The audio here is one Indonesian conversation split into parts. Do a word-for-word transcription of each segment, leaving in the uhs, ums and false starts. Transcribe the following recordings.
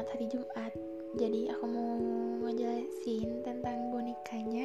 selamat hari Jumat. Jadi aku mau ngejelasin tentang bonekanya.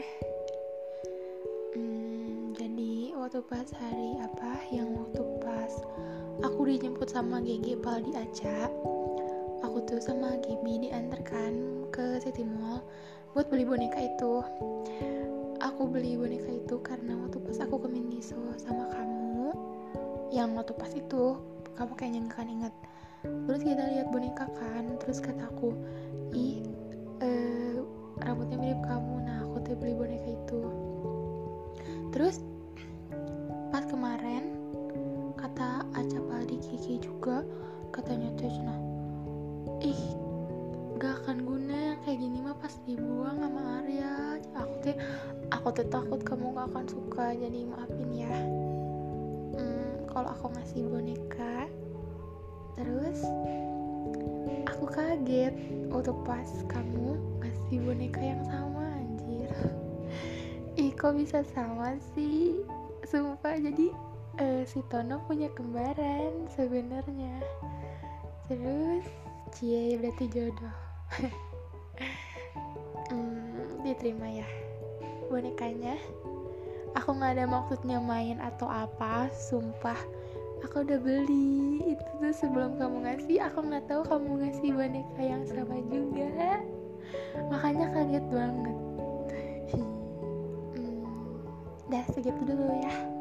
Hmm, jadi waktu pas hari apa? Yang waktu pas aku dijemput sama G G Pal di Aca, aku tuh sama Gaby diantarkan ke City Mall buat beli boneka itu. Aku beli boneka itu karena waktu pas aku ke Miniso sama kamu, yang waktu pas itu kamu kayaknya nggak kan inget. Terus kita lihat boneka kan, terus kataku, ih eh, rambutnya mirip kamu. Nah aku tuh beli boneka itu. Terus pas kemarin kata Aca Paldi Kiki juga katanya tuh nah, ih gak akan guna yang kayak gini mah pas dibuang sama Arya. Aku tuh aku tuh takut kamu gak akan suka, jadi maafin ya. Hmm, kalau aku ngasih boneka. Terus aku kaget waktu pas kamu ngasih boneka yang sama, anjir. Ih kok bisa sama sih? Sumpah, jadi uh, si Tono punya kembaran sebenarnya. Terus cie berarti jodoh. hmm, diterima ya bonekanya. Aku gak ada maksudnya main atau apa, sumpah. Aku udah beli itu tuh sebelum kamu ngasih. Aku nggak tahu kamu ngasih boneka yang sama juga, makanya kaget banget. hmm, Dah segitu dulu ya.